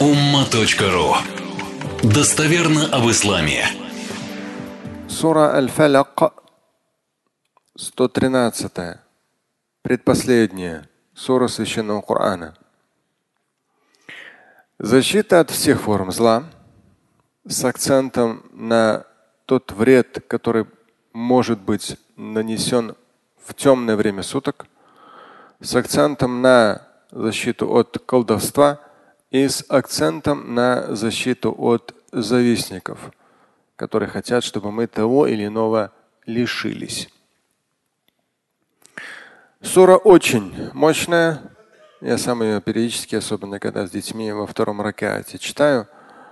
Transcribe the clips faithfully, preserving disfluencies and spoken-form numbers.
умма.ру. Достоверно об исламе. Сура Аль-Фаляк, сто тринадцатая, предпоследняя сура Священного Корана. Защита от всех форм зла с акцентом на тот вред, который может быть нанесен в темное время суток, с акцентом на защиту от колдовства и с акцентом на защиту от завистников, которые хотят, чтобы мы того или иного лишились. Сура очень мощная. Я сам ее периодически, особенно когда с детьми во втором ракаате читаю.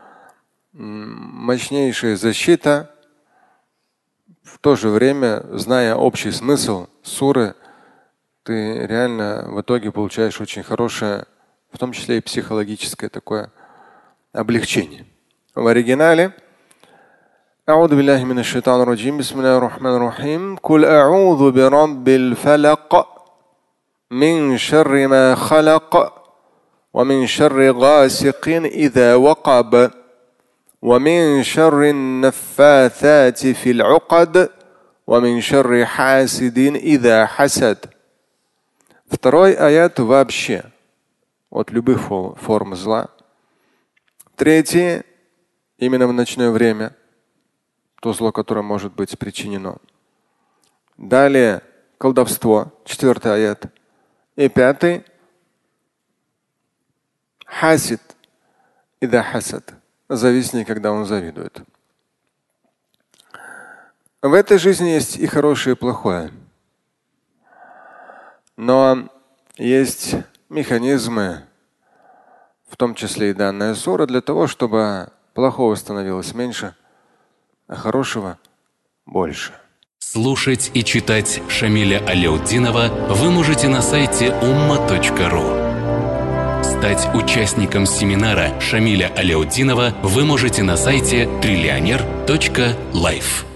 Мощнейшая защита. В то же время, зная общий смысл суры, ты реально в итоге получаешь очень хорошее, в том числе и психологическое такое облегчение. В оригинале أعوذ بالله من الشيطان الرجيم بسم الله الرحمن الرحيم قل أعوذ برب الفلق من شر ما خلق ومن شر غاسق إذا وقب ومن شر النفاثات في العقد ومن شر حاسد إذا حسد. Второй аят вообще от любых форм зла. Третий именно в ночное время. То зло, которое может быть причинено. Далее колдовство, четвертый аят. И пятый хасид, ида хасад, завистник, когда он завидует. В этой жизни есть и хорошее, и плохое. Но есть механизмы, в том числе и данная сура, для того, чтобы плохого становилось меньше, а хорошего больше. Слушать и читать Шамиля Аляутдинова вы можете на сайте умма точка ру. Стать участником семинара Шамиля Аляутдинова вы можете на сайте триллионер точка лайф.